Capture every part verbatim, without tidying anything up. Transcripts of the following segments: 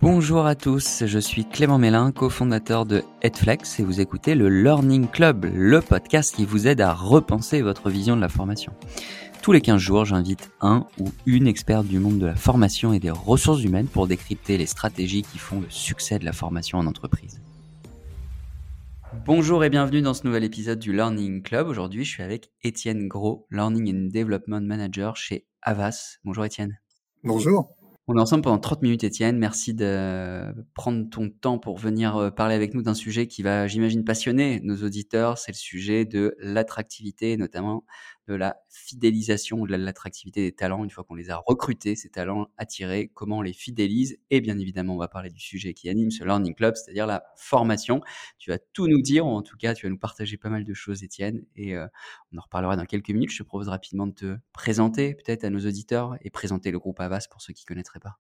Bonjour à tous, je suis Clément Mélin, cofondateur de Edflex et vous écoutez le Learning Club, le podcast qui vous aide à repenser votre vision de la formation. Tous les quinze jours, j'invite un ou une experte du monde de la formation et des ressources humaines pour décrypter les stratégies qui font le succès de la formation en entreprise. Bonjour et bienvenue dans ce nouvel épisode du Learning Club. Aujourd'hui, je suis avec Étienne Gros, Learning and Development Manager chez Havas. Bonjour Étienne. Bonjour. On est ensemble pendant trente minutes, Étienne. Merci de prendre ton temps pour venir parler avec nous d'un sujet qui va, j'imagine, passionner nos auditeurs. C'est le sujet de l'attractivité, notamment de la fidélisation, de l'attractivité des talents. Une fois qu'on les a recrutés, ces talents attirés, comment on les fidélise. Et bien évidemment, on va parler du sujet qui anime ce Learning Club, c'est-à-dire la formation. Tu vas tout nous dire, ou en tout cas, tu vas nous partager pas mal de choses, Étienne. Et euh, on en reparlera dans quelques minutes. Je te propose rapidement de te présenter peut-être à nos auditeurs et présenter le groupe Havas pour ceux qui connaîtraient pas.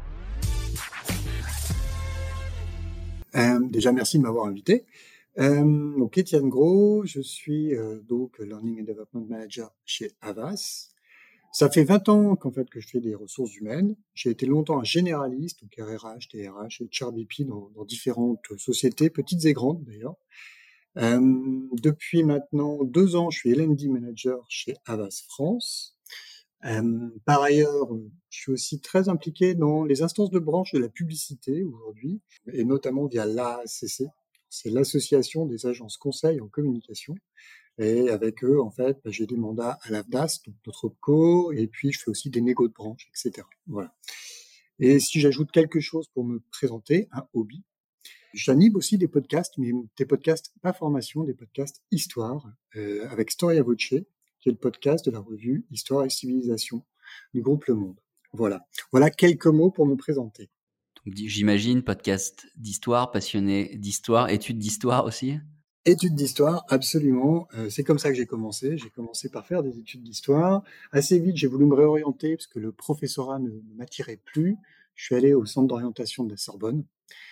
Euh, déjà, merci de m'avoir invité. Euh, donc, Étienne Gros, je suis euh, donc Learning and Development Manager chez Havas. Ça fait vingt ans qu'en fait que je fais des ressources humaines. J'ai été longtemps un généraliste, donc R R H, T R H et H R B P dans, dans différentes sociétés, petites et grandes d'ailleurs. Euh, depuis maintenant deux ans, je suis L and D Manager chez Havas France. Euh, par ailleurs, je suis aussi très impliqué dans les instances de branche de la publicité aujourd'hui, et notamment via l'A A C C. C'est l'association des agences conseils en communication. Et avec eux, en fait, j'ai des mandats à l'A F D A S, donc notre OPCO, et puis je fais aussi des négos de branche, et cetera. Voilà. Et si j'ajoute quelque chose pour me présenter, un hobby, j'anime aussi des podcasts, mais des podcasts pas formation, des podcasts histoire, euh, avec Storia Voce, qui est le podcast de la revue Histoire et Civilisation du groupe Le Monde. Voilà. Voilà quelques mots pour me présenter. Donc, j'imagine, podcast d'histoire, passionné d'histoire, études d'histoire aussi? Études d'histoire, absolument. Euh, c'est comme ça que j'ai commencé. J'ai commencé par faire des études d'histoire. Assez vite, j'ai voulu me réorienter parce que le professorat ne, ne m'attirait plus. Je suis allé au centre d'orientation de la Sorbonne.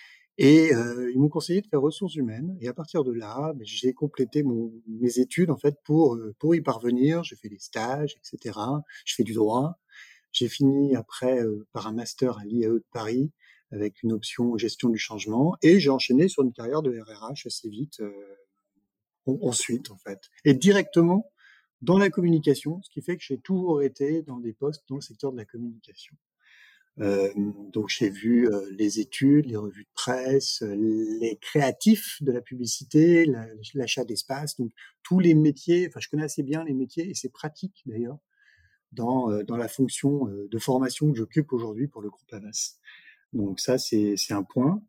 Et euh, ils m'ont conseillé de faire ressources humaines. Et à partir de là, ben, j'ai complété mon, mes études en fait pour euh, pour y parvenir. J'ai fait des stages, et cetera. Je fais du droit. J'ai fini après euh, par un master à l'I A E de Paris avec une option gestion du changement. Et j'ai enchaîné sur une carrière de R R H assez vite euh, ensuite en fait. Et directement dans la communication, ce qui fait que j'ai toujours été dans des postes dans le secteur de la communication. Euh, donc j'ai vu euh, les études, les revues de presse, euh, les créatifs de la publicité, la, l'achat d'espace, donc tous les métiers. Enfin, je connais assez bien les métiers et c'est pratique d'ailleurs dans euh, dans la fonction euh, de formation que j'occupe aujourd'hui pour le groupe Havas. Donc ça c'est c'est un point.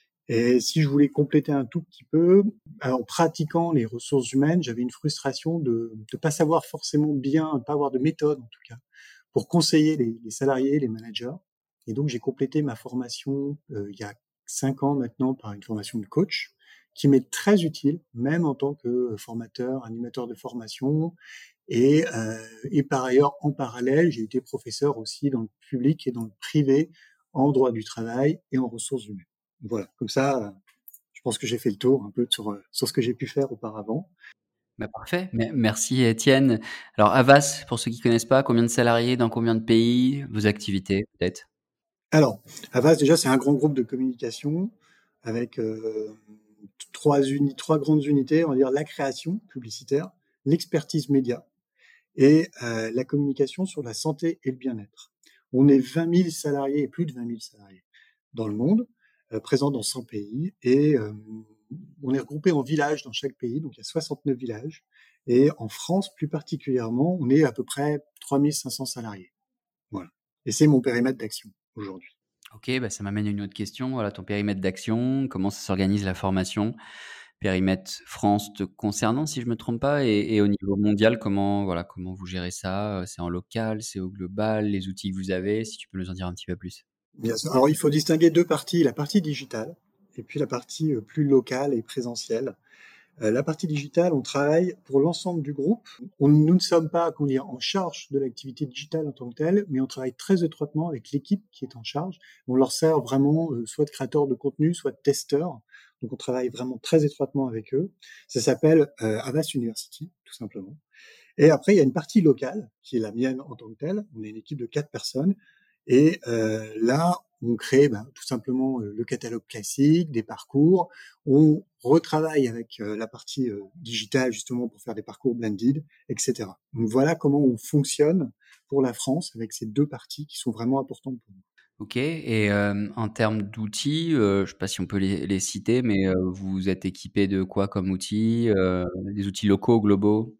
Et si je voulais compléter un tout petit peu, en pratiquant les ressources humaines, j'avais une frustration de ne pas savoir forcément bien, pas avoir de méthode en tout cas, pour conseiller les, les salariés, les managers. Et donc j'ai complété ma formation euh, il y a cinq ans maintenant par une formation de coach qui m'est très utile, même en tant que formateur, animateur de formation. Et, euh, et par ailleurs, en parallèle, j'ai été professeur aussi dans le public et dans le privé en droit du travail et en ressources humaines. Voilà, comme ça, je pense que j'ai fait le tour un peu sur, sur ce que j'ai pu faire auparavant. Bah parfait, merci Étienne. Alors Havas, pour ceux qui ne connaissent pas, combien de salariés dans combien de pays, vos activités peut-être? Alors, Havas, déjà, c'est un grand groupe de communication avec euh, trois, uni- trois grandes unités, on va dire la création publicitaire, l'expertise média et euh, la communication sur la santé et le bien-être. On est vingt mille salariés et plus de vingt mille salariés dans le monde, euh, présents dans cent pays et euh, on est regroupé en villages dans chaque pays, donc il y a soixante-neuf villages. Et en France, plus particulièrement, on est à peu près trois mille cinq cents salariés. Voilà. Et c'est mon périmètre d'action aujourd'hui. Ok, bah ça m'amène à une autre question. Voilà, ton périmètre d'action, comment ça s'organise la formation? Périmètre France te concernant, si je me trompe pas, et, et au niveau mondial, comment, voilà, comment vous gérez ça? C'est en local, c'est au global, les outils que vous avez, si tu peux nous en dire un petit peu plus. Bien sûr. Alors, il faut distinguer deux parties, la partie digitale et puis la partie euh, plus locale et présentielle. Euh, la partie digitale, on travaille pour l'ensemble du groupe. On, nous ne sommes pas, comment dire, en charge de l'activité digitale en tant que telle, mais on travaille très étroitement avec l'équipe qui est en charge. On leur sert vraiment euh, soit de créateurs de contenu, soit de testeurs. Donc, on travaille vraiment très étroitement avec eux. Ça s'appelle euh, Havas University, tout simplement. Et après, il y a une partie locale, qui est la mienne en tant que telle. On est une équipe de quatre personnes. Et euh, là, on crée ben, tout simplement euh, le catalogue classique, des parcours. On retravaille avec euh, la partie euh, digitale justement pour faire des parcours blended, et cetera. Donc voilà comment on fonctionne pour la France avec ces deux parties qui sont vraiment importantes pour nous. OK et hem, en termes d'outils, heu, je sais pas si on peut les les citer, mais heu, vous êtes équipés de quoi comme outils? Heu, des outils locaux, globaux?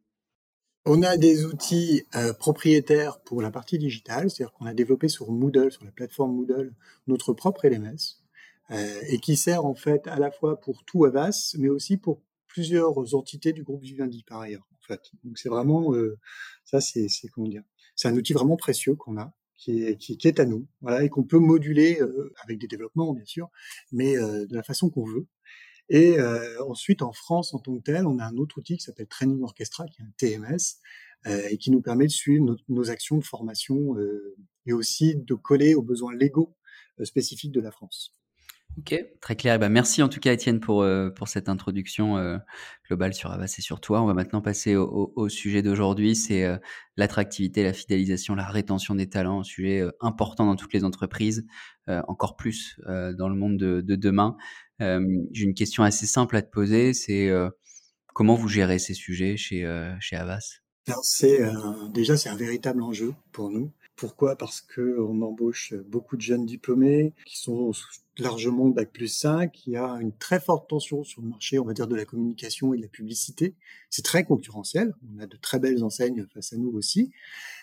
On a des outils euh, propriétaires pour la partie digitale, c'est-à-dire qu'on a développé sur Moodle, sur la plateforme Moodle, notre propre L M S, euh, et qui sert en fait à la fois pour tout Avas, mais aussi pour plusieurs entités du groupe Vivendi par ailleurs. En fait, donc c'est vraiment euh, ça, c'est c'est comment dire, c'est un outil vraiment précieux qu'on a, qui est qui, qui est à nous, voilà, et qu'on peut moduler euh, avec des développements bien sûr, mais euh, de la façon qu'on veut. Et euh, ensuite, en France, en tant que tel, on a un autre outil qui s'appelle Training Orchestra, qui est un T M S, euh, et qui nous permet de suivre nos, nos actions de formation euh, et aussi de coller aux besoins légaux euh, spécifiques de la France. OK, très clair. Et bah, merci en tout cas Étienne pour, heu, pour cette introduction, heu, globale sur Avast et sur toi. On va maintenant passer au au au sujet d'aujourd'hui, c'est, heu, l'attractivité, la fidélisation, la rétention des talents, un sujet, heu, important dans toutes les entreprises, heu, encore plus, heu, dans le monde de de demain. Hem, j'ai une question assez simple à te poser, c'est, heu, comment vous gérez ces sujets chez, heu, chez Avast? Alors, c'est un- déjà c'est un véritable enjeu pour nous. Pourquoi? Parce que on embauche beaucoup de jeunes diplômés qui sont largement bac plus cinq. Il y a une très forte tension sur le marché, on va dire, de la communication et de la publicité. C'est très concurrentiel. On a de très belles enseignes face à nous aussi.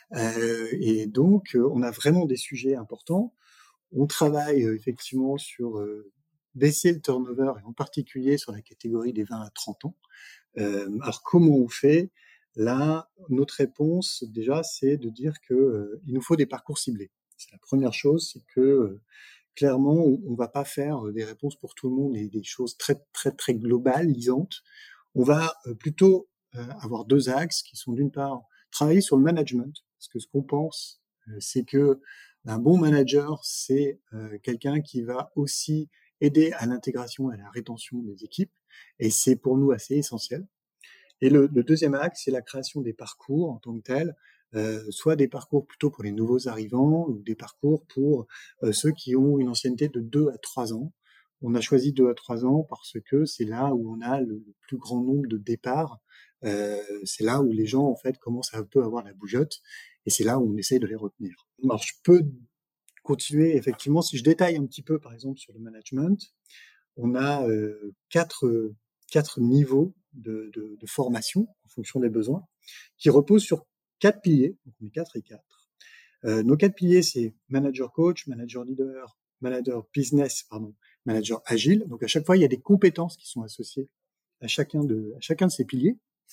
Euh, et donc, euh, on a vraiment des sujets importants. On travaille euh, effectivement sur euh, baisser le turnover, et en particulier sur la catégorie des vingt à trente ans. Euh, alors, comment on fait? Là, notre réponse, déjà, c'est de dire que euh, il nous faut des parcours ciblés. C'est la première chose, c'est que euh, clairement, on, on va pas faire euh, des réponses pour tout le monde et des choses très très très globalisantes. On va euh, plutôt euh, avoir deux axes qui sont d'une part travailler sur le management, parce que ce qu'on pense, euh, c'est que un bon manager, c'est euh, quelqu'un qui va aussi aider à l'intégration et à la rétention des équipes, et c'est pour nous assez essentiel. Et le, le deuxième axe, c'est la création des parcours en tant que tels, euh, soit des parcours plutôt pour les nouveaux arrivants ou des parcours pour euh, ceux qui ont une ancienneté de deux à trois ans. On a choisi deux à trois ans parce que c'est là où on a le, le plus grand nombre de départs. Euh, c'est là où les gens en fait commencent à un peu avoir la bougeotte et c'est là où on essaye de les retenir. Alors je peux continuer effectivement si je détaille un petit peu par exemple sur le management. On a euh, quatre, quatre niveaux de, de, de formation en fonction des besoins, qui reposent sur quatre piliers. Donc on est quatre et quatre. Euh, nos quatre piliers, c'est manager coach, manager leader, manager business, pardon, manager agile. Donc à chaque fois, il y a des compétences qui sont associées à chacun de, à chacun de ces piliers.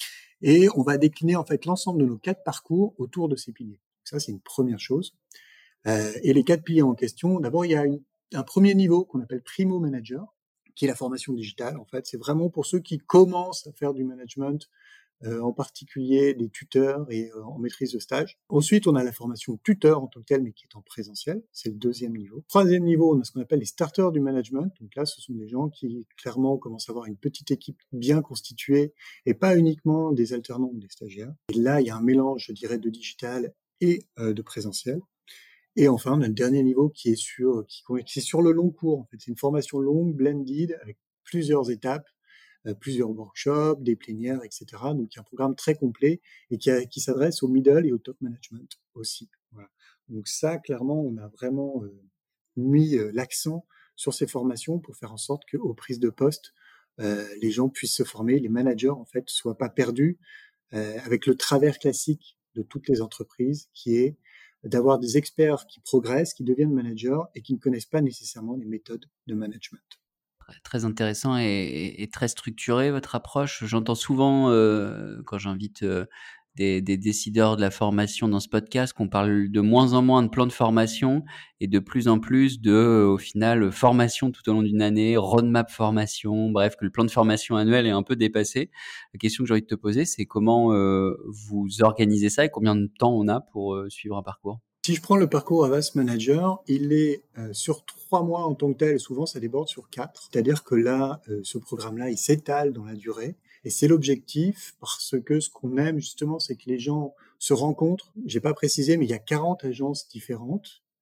Et on va décliner en fait l'ensemble de nos quatre parcours autour de ces piliers. Donc ça, c'est une première chose. Euh, et les quatre piliers en question, d'abord, il y a une, un premier niveau qu'on appelle primo manager, qui est la formation digitale. En fait, c'est vraiment pour ceux qui commencent à faire du management, euh, en particulier des tuteurs et euh, en maîtrise de stage. Ensuite, on a la formation tuteur en tant que telle, mais qui est en présentiel. C'est le deuxième niveau. Troisième niveau, on a ce qu'on appelle les starters du management. Donc là, ce sont des gens qui clairement commencent à avoir une petite équipe bien constituée et pas uniquement des alternants ou des stagiaires. Et là, il y a un mélange, je dirais, de digital et euh, de présentiel. Et enfin, on a le dernier niveau qui est sur, qui, qui est sur le long cours. En fait, c'est une formation longue, blended, avec plusieurs étapes, euh, plusieurs workshops, des plénières, et cetera. Donc, il y a un programme très complet et qui, a- qui s'adresse au middle et au top management aussi. Voilà. Donc ça, clairement, on a vraiment euh, mis euh, l'accent sur ces formations pour faire en sorte qu'aux prises de poste, euh, les gens puissent se former, les managers en fait soient pas perdus euh, avec le travers classique de toutes les entreprises, qui est d'avoir des experts qui progressent, qui deviennent managers et qui ne connaissent pas nécessairement les méthodes de management. Très intéressant et et et très structuré votre approche. J'entends souvent, heu, quand j'invite, heu, des des décideurs de la formation dans ce podcast, qu'on parle de moins en moins de plan de formation et de plus en plus de, heu, au final, formation tout au long d'une année, roadmap formation, bref, que le plan de formation annuel est un peu dépassé. La question que j'ai envie de te poser, c'est comment, heu, vous organisez ça et combien de temps on a pour, heu, suivre un parcours? Si je prends le parcours Avast Manager, il est euh, sur trois mois en tant que tel, et souvent ça déborde sur quatre. C'est-à-dire que là, euh, ce programme-là, il s'étale dans la durée, et c'est l'objectif, parce que ce qu'on aime justement, c'est que les gens se rencontrent. J'ai pas précisé, mais il y a quarante agences différentes.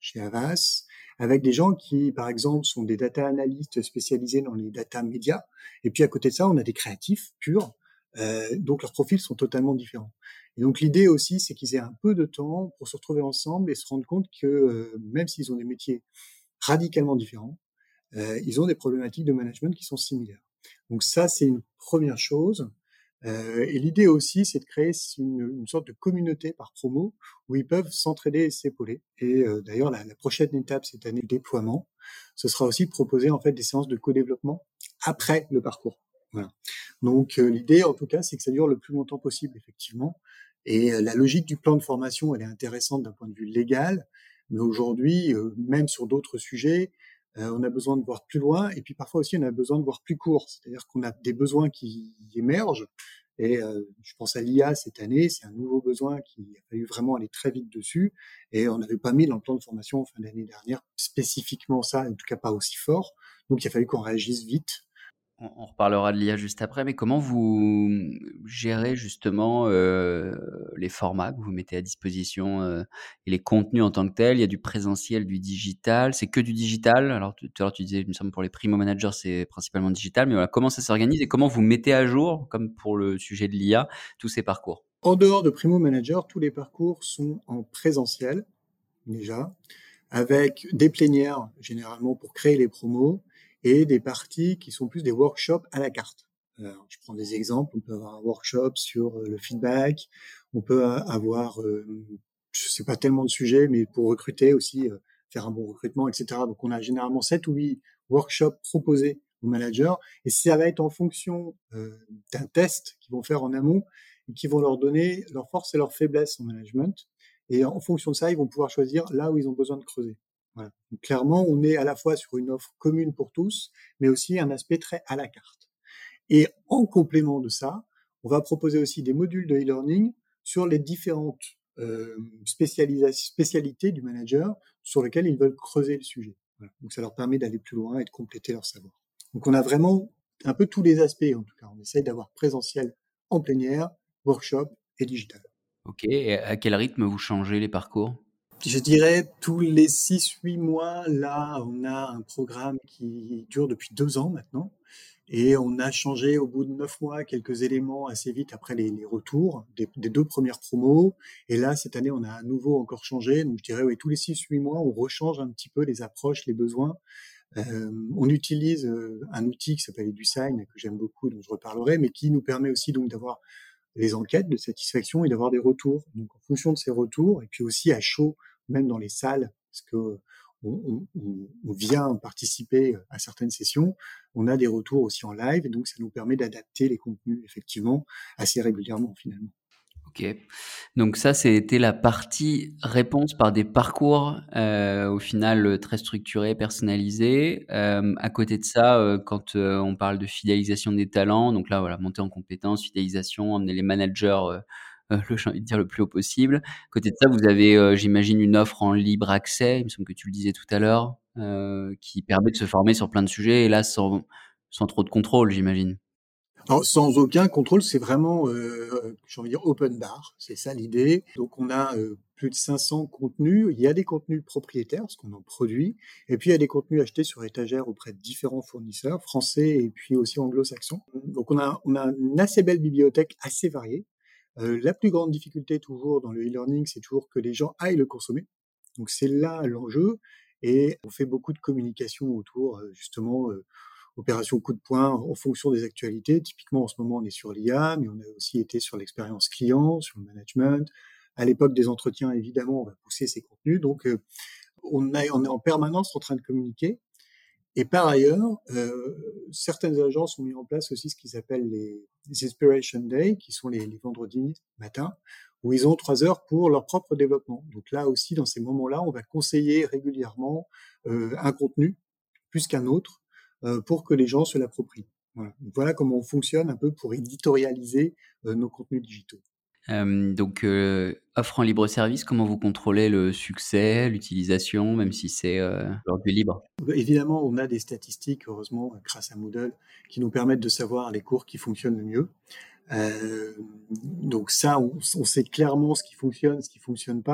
chez Havas, avec des gens qui, par exemple, sont des data analystes spécialisés dans les data médias. Et puis à côté de ça, on a des créatifs purs, euh, donc leurs profils sont totalement différents. Et donc l'idée aussi, c'est qu'ils aient un peu de temps pour se retrouver ensemble et se rendre compte que euh, même s'ils ont des métiers radicalement différents, euh, ils ont des problématiques de management qui sont similaires. Donc ça, c'est une première chose. Euh, et l'idée aussi, c'est de créer une, une sorte de communauté par promo où ils peuvent s'entraider et s'épauler. Et euh, d'ailleurs, la, la prochaine étape cette année du déploiement, ce sera aussi de proposer en fait des séances de co-développement après le parcours. Voilà. Donc euh, l'idée, en tout cas, c'est que ça dure le plus longtemps possible, effectivement. Et euh, la logique du plan de formation, elle est intéressante d'un point de vue légal, mais aujourd'hui, euh, même sur d'autres sujets, euh, on a besoin de voir plus loin, et puis parfois aussi on a besoin de voir plus court. C'est-à-dire qu'on a des besoins qui émergent. Et euh, je pense à l'I A cette année, c'est un nouveau besoin qui a fallu vraiment aller très vite dessus. Et on n'avait pas mis dans le plan de formation en fin d'année dernière spécifiquement ça, en tout cas pas aussi fort. Donc il a fallu qu'on réagisse vite. On, on reparlera de l'I A juste après, mais comment vous gérez justement euh, les formats que vous mettez à disposition euh, et les contenus en tant que tels? Il y a du présentiel, du digital. C'est que du digital. Alors tout à l'heure tu disais, il me semble pour les primo managers c'est principalement digital, mais voilà, comment ça s'organise et comment vous mettez à jour, comme pour le sujet de l'I A, tous ces parcours? En dehors de Primo Manager, tous les parcours sont en présentiel déjà, avec des plénières généralement pour créer les promos et des parties qui sont plus des workshops à la carte. Alors, je prends des exemples. On peut avoir un workshop sur le feedback. On peut avoir, euh, je sais pas tellement de sujets, mais pour recruter aussi, euh, faire un bon recrutement, et cetera. Donc, on a généralement sept ou huit workshops proposés aux managers, et ça va être en fonction euh, d'un test qu'ils vont faire en amont et qui vont leur donner leurs forces et leurs faiblesses en management. Et en fonction de ça, ils vont pouvoir choisir là où ils ont besoin de creuser. Voilà. Donc, clairement, on est à la fois sur une offre commune pour tous, mais aussi un aspect très à la carte. Et en complément de ça, on va proposer aussi des modules de e-learning sur les différentes euh, spécialités du manager sur lesquelles ils veulent creuser le sujet. Voilà. Donc ça leur permet d'aller plus loin et de compléter leur savoir. Donc on a vraiment un peu tous les aspects, en tout cas. On essaye d'avoir présentiel en plénière, workshop et digital. Ok, et à quel rythme vous changez les parcours? Je dirais tous les six huit mois, là, on a un programme qui dure depuis deux ans maintenant. Et on a changé au bout de neuf mois quelques éléments assez vite après les, les retours des, des deux premières promos. Et là, cette année, on a à nouveau encore changé. Donc, je dirais, oui, tous les six huit mois, on rechange un petit peu les approches, les besoins. Euh, on utilise euh, un outil qui s'appelle EduSign, que j'aime beaucoup, dont je reparlerai, mais qui nous permet aussi donc d'avoir les enquêtes de satisfaction et d'avoir des retours. Donc, en fonction de ces retours, et puis aussi à chaud, même dans les salles, parce que on, on, on vient participer à certaines sessions, on a des retours aussi en live, et donc ça nous permet d'adapter les contenus, effectivement, assez régulièrement, finalement. Ok, donc ça c'était la partie réponse par des parcours euh, au final très structurés, personnalisés. Euh, à côté de ça, euh, quand euh, on parle de fidélisation des talents, donc là voilà, monter en compétences, fidélisation, emmener les managers, euh, euh, le, j'ai envie de dire le plus haut possible. À côté de ça, vous avez, euh, j'imagine, une offre en libre accès, il me semble que tu le disais tout à l'heure, euh, qui permet de se former sur plein de sujets et là sans sans trop de contrôle, j'imagine. Alors, sans aucun contrôle, c'est vraiment, euh, j'ai envie de dire, open bar. C'est ça l'idée. Donc, on a euh, plus de cinq cents contenus. Il y a des contenus propriétaires, parce qu'on en produit. Et puis, il y a des contenus achetés sur étagère auprès de différents fournisseurs, français et puis aussi anglo-saxons. Donc, on a, on a une assez belle bibliothèque, assez variée. Euh, la plus grande difficulté toujours dans le e-learning, c'est toujours que les gens aillent le consommer. Donc, c'est là l'enjeu. Et on fait beaucoup de communication autour, euh, justement, euh, opération coup de poing en fonction des actualités. Typiquement, en ce moment, on est sur l'I A, mais on a aussi été sur l'expérience client, sur le management. À l'époque des entretiens, évidemment, on va pousser ces contenus. Donc, euh, on, a, on est en permanence en train de communiquer. Et par ailleurs, euh, certaines agences ont mis en place aussi ce qu'ils appellent les, les Inspiration Day, qui sont les, les vendredis matin, où ils ont trois heures pour leur propre développement. Donc là aussi, dans ces moments-là, on va conseiller régulièrement euh, un contenu plus qu'un autre euh, pour que les gens se l'approprient. Voilà. Donc voilà comment on fonctionne un peu pour éditorialiser euh, nos contenus digitaux. Euh, donc, euh, offre en libre service, comment vous contrôlez le succès, l'utilisation, même si c'est euh, aujourd'hui libre? Évidemment, on a des statistiques, heureusement, grâce à Moodle, qui nous permettent de savoir les cours qui fonctionnent le mieux. Euh, donc ça, on, on sait clairement ce qui fonctionne, ce qui fonctionne pas.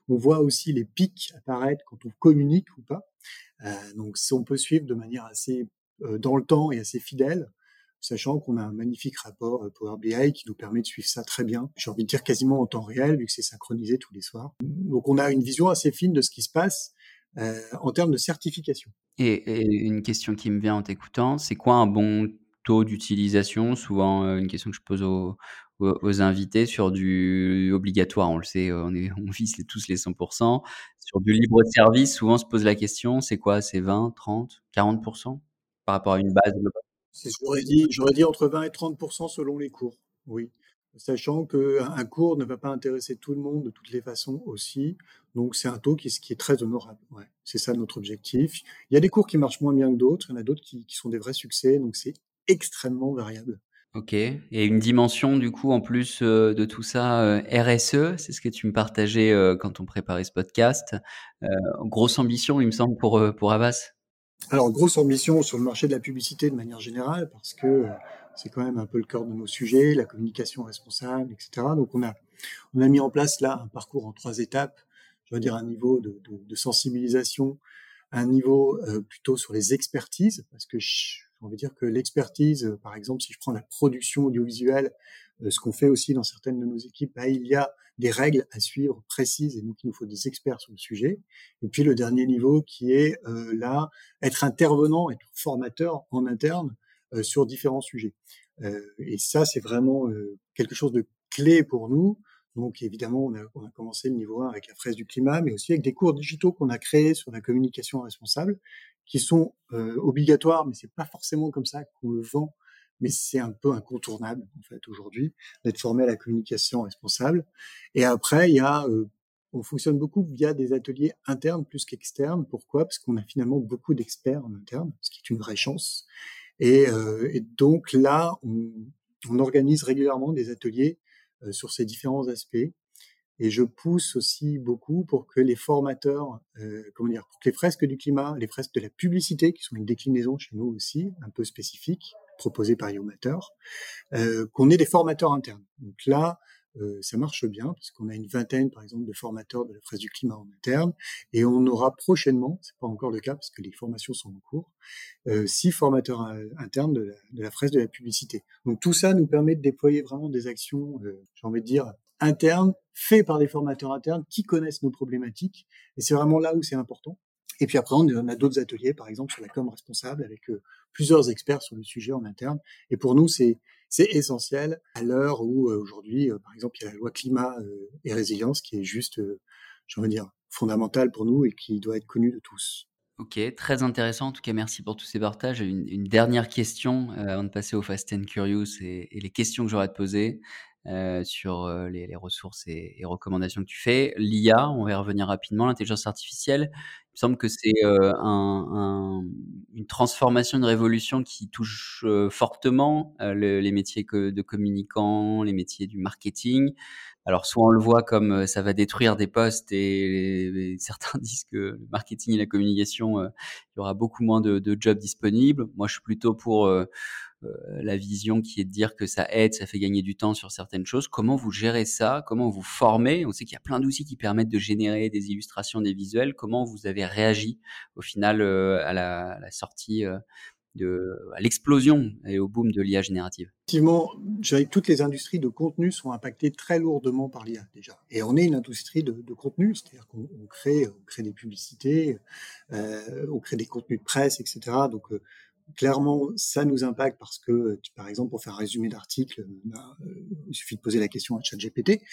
On voit aussi les pics apparaître quand on communique ou pas. Euh, donc, si on peut suivre de manière assez euh, dans le temps et assez fidèle, sachant qu'on a un magnifique rapport euh, Power B I qui nous permet de suivre ça très bien. J'ai envie de dire quasiment en temps réel, vu que c'est synchronisé tous les soirs. Donc, on a une vision assez fine de ce qui se passe euh, en termes de certification. Et et une question qui me vient en t'écoutant, c'est quoi un bon taux d'utilisation? Souvent, heu, une question que je pose aux aux aux invités sur du obligatoire. On le sait, heu, on est on vise les tous les cent. Sur du libre service, souvent on se pose la question, c'est quoi? C'est vingt, trente, quarante par rapport à une base globale? C'est j'aurais dit j'aurais dit entre vingt et trente selon les cours, oui. Sachant qu'un un cours ne va pas intéresser tout le monde de toutes les façons aussi, donc c'est un taux qui est qui est très honorable, ouais. C'est ça notre objectif. Il y a des cours qui marchent moins bien que d'autres, il y en a d'autres qui qui sont des vrais succès, donc c'est extrêmement variable. OK, et une dimension du coup en plus, heu, de tout ça, heu, R S E, c'est ce que tu me partageais, heu, quand on préparait ce podcast. Heu, grosse ambition il me semble pour, heu, pour Havas? Alors, grosse ambition sur le marché de la publicité de manière générale, parce que euh, c'est quand même un peu le cœur de nos sujets, la communication responsable, et cetera. Donc, on a, on a mis en place là un parcours en trois étapes. Je veux dire un niveau de, de, de sensibilisation, un niveau euh, plutôt sur les expertises, parce que j'ai envie de dire que l'expertise, euh, par exemple, si je prends la production audiovisuelle, euh, ce qu'on fait aussi dans certaines de nos équipes, bah, il y a des règles à suivre précises, et donc il nous faut des experts sur le sujet. Et puis le dernier niveau qui est euh, là, être intervenant, être formateur en interne euh, sur différents sujets. Euh, et ça, c'est vraiment euh, quelque chose de clé pour nous. Donc évidemment, on a, on a commencé le niveau un avec la fraise du climat, mais aussi avec des cours digitaux qu'on a créés sur la communication responsable, qui sont euh, obligatoires, mais c'est pas forcément comme ça qu'on le vend, mais c'est un peu incontournable en fait aujourd'hui d'être formé à la communication responsable. Et après, il y a, euh, on fonctionne beaucoup via des ateliers internes plus qu'externes. Pourquoi? Parce qu'on a finalement beaucoup d'experts en interne, ce qui est une vraie chance. Et, euh, et donc là, on, on organise régulièrement des ateliers euh, sur ces différents aspects. Et je pousse aussi beaucoup pour que les formateurs, euh, comment dire, pour que les fresques du climat, les fresques de la publicité, qui sont une déclinaison chez nous aussi, un peu spécifique, proposée par Yomater, euh, qu'on ait des formateurs internes. Donc là, euh, ça marche bien, parce qu'on a une vingtaine, par exemple, de formateurs de la fraise du climat en interne, et on aura prochainement, c'est pas encore le cas, parce que les formations sont en cours, euh, six formateurs euh, internes de la, de la fraise de la publicité. Donc tout ça nous permet de déployer vraiment des actions, euh, j'ai envie de dire, internes, faites par des formateurs internes qui connaissent nos problématiques, et c'est vraiment là où c'est important. Et puis après, on a d'autres ateliers, par exemple sur la com responsable, avec euh, plusieurs experts sur le sujet en interne. Et pour nous, c'est c'est essentiel à l'heure où euh, aujourd'hui, euh, par exemple, il y a la loi climat euh, et résilience qui est juste, euh, j'ai envie de dire, fondamentale pour nous et qui doit être connue de tous. OK, très intéressant. En tout cas, merci pour tous ces partages. J'ai une une dernière question, heu, avant de passer au Fast and Curious et et les questions que j'aurais à te poser, heu, sur, heu, les les ressources et et recommandations que tu fais. L'I A, on va y revenir rapidement, l'intelligence artificielle, il me semble que c'est, heu, un un une transformation, une révolution qui touche, heu, fortement, heu, le les métiers que de communicants, les métiers du marketing. Alors soit on le voit comme, heu, ça va détruire des postes et et certains disent que le marketing et la communication, heu, il y aura beaucoup moins de de jobs disponibles. Moi, je suis plutôt pour, heu heu, la vision qui est de dire que ça aide, ça fait gagner du temps sur certaines choses. Comment vous gérez ça? Comment vous formez? On sait qu'il y a plein d'outils qui permettent de générer des illustrations, des visuels. Comment vous avez réagi au final, heu, à la à la sortie, heu, de à l'explosion et au boom de l'I A générative? Effectivement, je dirais que toutes les industries de contenu sont impactées très lourdement par l'I A déjà. Et on est une industrie de, de contenu, c'est-à-dire qu'on on crée, on crée des publicités, euh, on crée des contenus de presse, et cetera. Donc euh, clairement, ça nous impacte parce que, tu- par exemple, pour faire un résumé d'article, ben, euh, il suffit de poser la question à ChatGPT.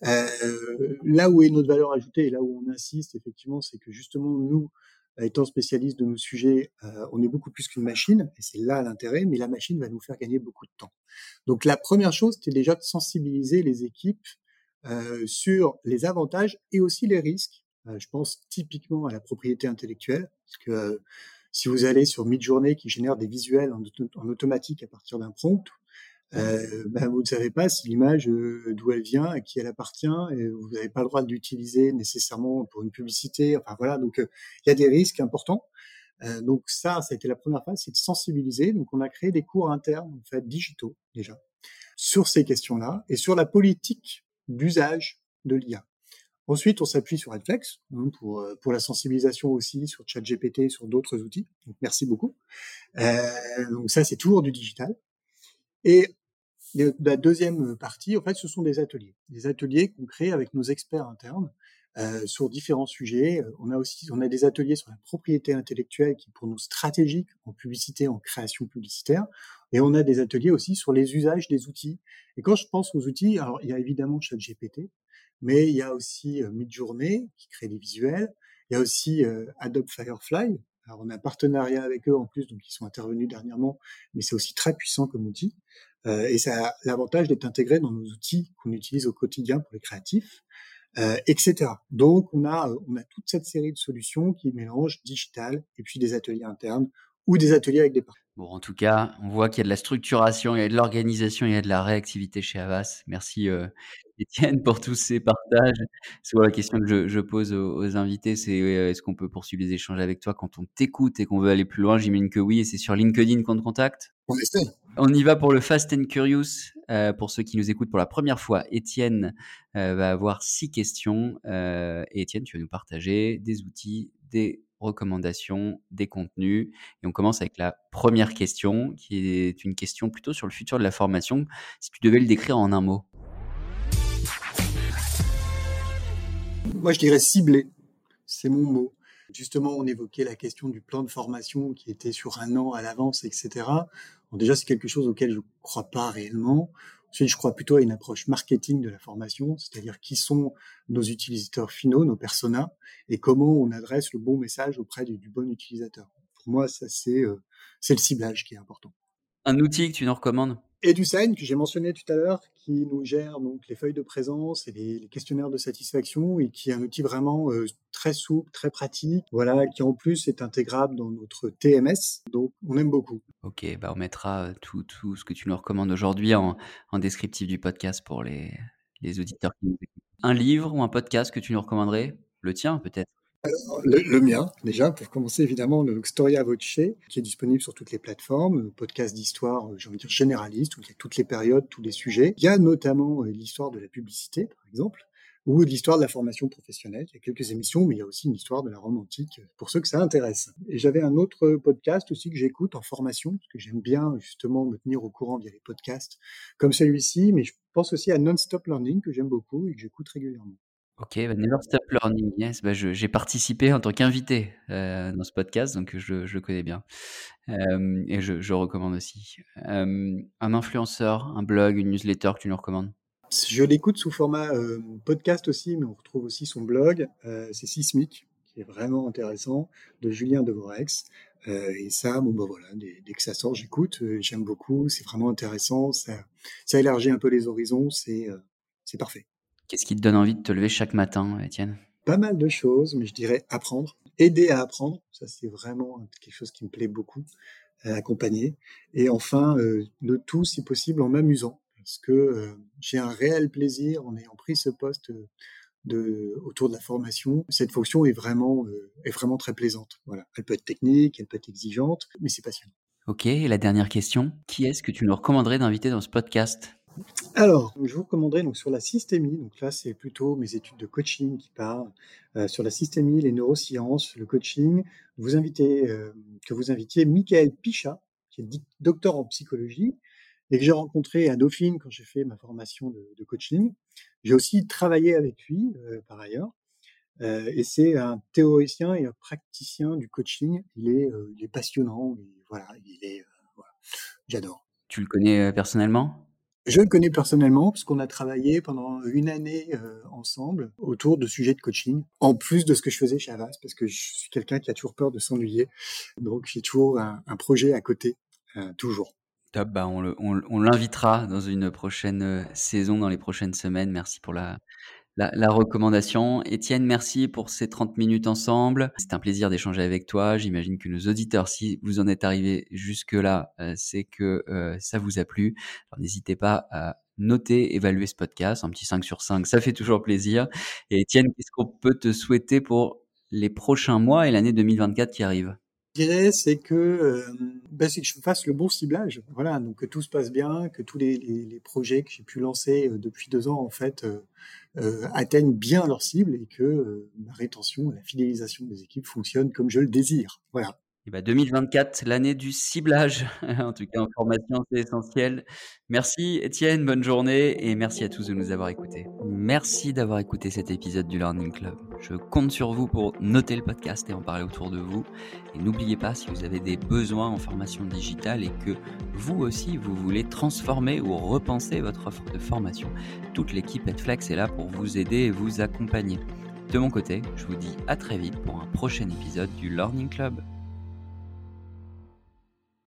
Euh, là où est notre valeur ajoutée et là où on insiste, effectivement, c'est que justement, nous, étant spécialistes de nos sujets, euh, on est beaucoup plus qu'une machine, et c'est là l'intérêt, mais la machine va nous faire gagner beaucoup de temps. Donc la première chose, c'était déjà de sensibiliser les équipes euh, sur les avantages et aussi les risques. Euh, je pense typiquement à la propriété intellectuelle, parce que euh, si vous allez sur Midjourney qui génère des visuels en, auto- en automatique à partir d'un prompt, euh, ben, vous ne savez pas si l'image euh, d'où elle vient, à qui elle appartient, et vous n'avez pas le droit de l'utiliser nécessairement pour une publicité. Enfin voilà, donc euh, il y a des risques importants. Euh, donc ça, ça a été la première phase, c'est de sensibiliser. Donc on a créé des cours internes, en fait, digitaux déjà, sur ces questions-là et sur la politique d'usage de l'I A. Ensuite, on s'appuie sur Adflex hein, pour, euh, pour la sensibilisation aussi, sur ChatGPT, sur d'autres outils. Donc, merci beaucoup. Euh, donc ça, c'est toujours du digital. Et la deuxième partie, en fait, ce sont des ateliers. Des ateliers qu'on crée avec nos experts internes euh, sur différents sujets. On a aussi, on a des ateliers sur la propriété intellectuelle qui, pour nous, stratégiques en publicité, en création publicitaire. Et on a des ateliers aussi sur les usages des outils. Et quand je pense aux outils, alors il y a évidemment ChatGPT, mais il y a aussi euh, Midjourney qui crée des visuels. Il y a aussi euh, Adobe Firefly. Alors on a un partenariat avec eux en plus, donc ils sont intervenus dernièrement, mais c'est aussi très puissant comme outil. Euh, et ça a l'avantage d'être intégré dans nos outils qu'on utilise au quotidien pour les créatifs, euh, et cetera. Donc on a euh, on a toute cette série de solutions qui mélangent digital et puis des ateliers internes ou des ateliers avec des partenaires. Bon, en tout cas, on voit qu'il y a de la structuration, il y a de l'organisation, il y a de la réactivité chez Havas. Merci, heu, Étienne, pour tous ces partages. C'est voilà la question que je je pose aux aux invités, c'est, heu, est-ce qu'on peut poursuivre les échanges avec toi quand on t'écoute et qu'on veut aller plus loin? J'imagine que oui et c'est sur LinkedIn qu'on te contacte? On essaie. On y va pour le Fast and Curious. Euh, pour ceux qui nous écoutent pour la première fois, Étienne euh, va avoir six questions. Euh, et Étienne, tu vas nous partager des outils, des recommandations, des contenus. Et on commence avec la première question, qui est une question plutôt sur le futur de la formation. Si tu devais le décrire en un mot. Moi, je dirais ciblé. C'est mon mot. Justement, on évoquait la question du plan de formation qui était sur un an à l'avance, et cetera. Bon, déjà, c'est quelque chose auquel je ne crois pas réellement. Ensuite, je crois plutôt à une approche marketing de la formation, c'est-à-dire qui sont nos utilisateurs finaux, nos personas, et comment on adresse le bon message auprès du, du bon utilisateur. Pour moi, ça c'est euh, c'est le ciblage qui est important. Un outil que tu nous recommandes? EduSign, que j'ai mentionné tout à l'heure, qui nous gère donc les feuilles de présence et les, les questionnaires de satisfaction et qui est un outil vraiment euh, très souple, très pratique, voilà, qui en plus est intégrable dans notre T M S, donc on aime beaucoup. Ok, bah on mettra euh, tout, tout ce que tu nous recommandes aujourd'hui en, en descriptif du podcast pour les, les auditeurs qui nous écoutent. Un livre ou un podcast que tu nous recommanderais? Le tien, peut-être? Le, le mien, déjà, pour commencer, évidemment, le Storia Voce, qui est disponible sur toutes les plateformes, podcast d'histoire, j'ai envie de dire généraliste, où il y a toutes les périodes, tous les sujets. Il y a notamment euh, l'histoire de la publicité, par exemple, ou de l'histoire de la formation professionnelle. Il y a quelques émissions, mais il y a aussi une histoire de la Rome antique, pour ceux que ça intéresse. Et j'avais un autre podcast aussi que j'écoute en formation, parce que j'aime bien justement me tenir au courant via les podcasts comme celui-ci, mais je pense aussi à Non-Stop Learning, que j'aime beaucoup et que j'écoute régulièrement. OK, bah, Never Stop Learning, yes, bah, je j'ai participé en tant qu'invité, heu, dans ce podcast, donc je je le connais bien, hem et je je recommande aussi. Hem, un influenceur, un blog, une newsletter que tu nous recommandes? Je l'écoute sous format euh, podcast aussi, mais on retrouve aussi son blog. Euh, c'est Sismic, qui est vraiment intéressant, de Julien Devorex. Euh, et ça, bon bah voilà, dès, dès que ça sort, j'écoute. Euh, j'aime beaucoup, c'est vraiment intéressant. Ça, ça élargit un peu les horizons, c'est euh, c'est parfait. Qu'est-ce qui te donne envie de te lever chaque matin, Étienne? Pas mal de choses, mais je dirais apprendre, aider à apprendre. Ça, c'est vraiment quelque chose qui me plaît beaucoup, euh, accompagner. Et enfin, euh, le tout, si possible, en m'amusant. Parce que euh, j'ai un réel plaisir en ayant pris ce poste euh, de, autour de la formation. Cette fonction est vraiment, euh, est vraiment très plaisante. Voilà. Elle peut être technique, elle peut être exigeante, mais c'est passionnant. OK, et la dernière question, qui est-ce que tu nous recommanderais d'inviter dans ce podcast? Alors, je vous recommanderais donc sur la systémie, donc là c'est plutôt mes études de coaching qui parlent, euh, sur la systémie, les neurosciences, le coaching, vous invitez, euh, que vous invitiez Michael Pichat, qui est docteur en psychologie, et que j'ai rencontré à Dauphine quand j'ai fait ma formation de, de coaching. J'ai aussi travaillé avec lui euh, par ailleurs, euh, et c'est un théoricien et un praticien du coaching. Il est, euh, il est passionnant, et voilà, il est, euh, voilà, j'adore. Tu le connais, heu, personnellement? Je le connais personnellement parce qu'on a travaillé pendant une année euh, ensemble autour de sujets de coaching, en plus de ce que je faisais chez Havas, parce que je suis quelqu'un qui a toujours peur de s'ennuyer. Donc j'ai toujours un, un projet à côté, euh, toujours. Top, bah, on le on on l'invitera dans une prochaine, heu, saison, dans les prochaines semaines. Merci pour la La la recommandation. Étienne, merci pour ces trente minutes ensemble. C'était un plaisir d'échanger avec toi. J'imagine que nos auditeurs, si vous en êtes arrivés jusque-là, heu, c'est que, heu, ça vous a plu. Alors n'hésitez pas à noter, évaluer ce podcast. Un petit cinq sur cinq, ça fait toujours plaisir. Et Étienne, qu'est-ce qu'on peut te souhaiter pour les prochains mois et l'année deux mille vingt-quatre qui arrive? Je dirais, c'est que, euh, ben, c'est que je fasse le bon ciblage. Voilà, donc que tout se passe bien, que tous les, les, les projets que j'ai pu lancer euh, depuis deux ans, en fait, euh, euh, atteignent bien leur cible et que euh, la rétention, la fidélisation des équipes fonctionne comme je le désire. Voilà. Et bah, deux mille vingt-quatre, l'année du ciblage. En tout cas, en formation, c'est essentiel. Merci Étienne, bonne journée et merci à tous de nous avoir écoutés. Merci d'avoir écouté cet épisode du Learning Club. Je compte sur vous pour noter le podcast et en parler autour de vous. Et n'oubliez pas, si vous avez des besoins en formation digitale et que vous aussi, vous voulez transformer ou repenser votre offre de formation, toute l'équipe Edflex est là pour vous aider et vous accompagner. De mon côté, je vous dis à très vite pour un prochain épisode du Learning Club.